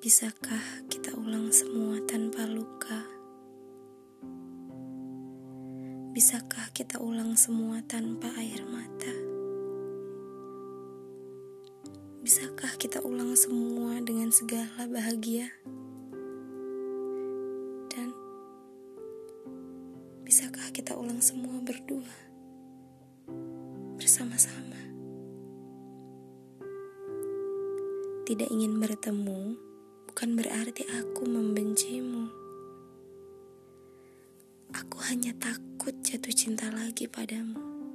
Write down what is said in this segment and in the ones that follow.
Bisakah kita ulang semua tanpa luka? Bisakah kita ulang semua tanpa air mata? Bisakah kita ulang semua dengan segala bahagia? Dan bisakah kita ulang semua berdua, bersama-sama? Tidak ingin bertemu bukan berarti aku membencimu. Aku hanya takut jatuh cinta lagi padamu.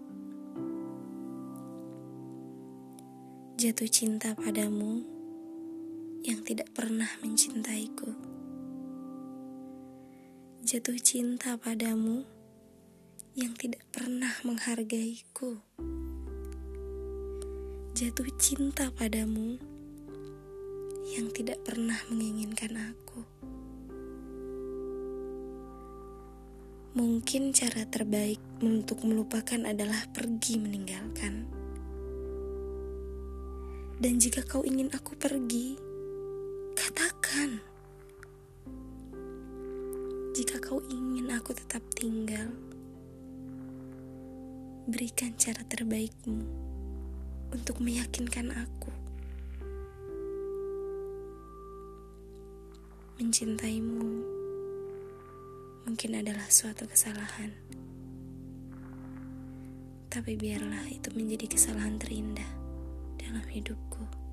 Jatuh cinta padamu yang tidak pernah mencintaiku. Jatuh cinta padamu yang tidak pernah menghargaiku. Jatuh cinta padamu yang tidak pernah menginginkan aku. Mungkin cara terbaik untuk melupakan adalah pergi meninggalkan. Dan jika kau ingin aku pergi, katakan. Jika kau ingin aku tetap tinggal, berikan cara terbaikmu untuk meyakinkan aku. Mencintaimu mungkin adalah suatu kesalahan, tapi biarlah itu menjadi kesalahan terindah dalam hidupku.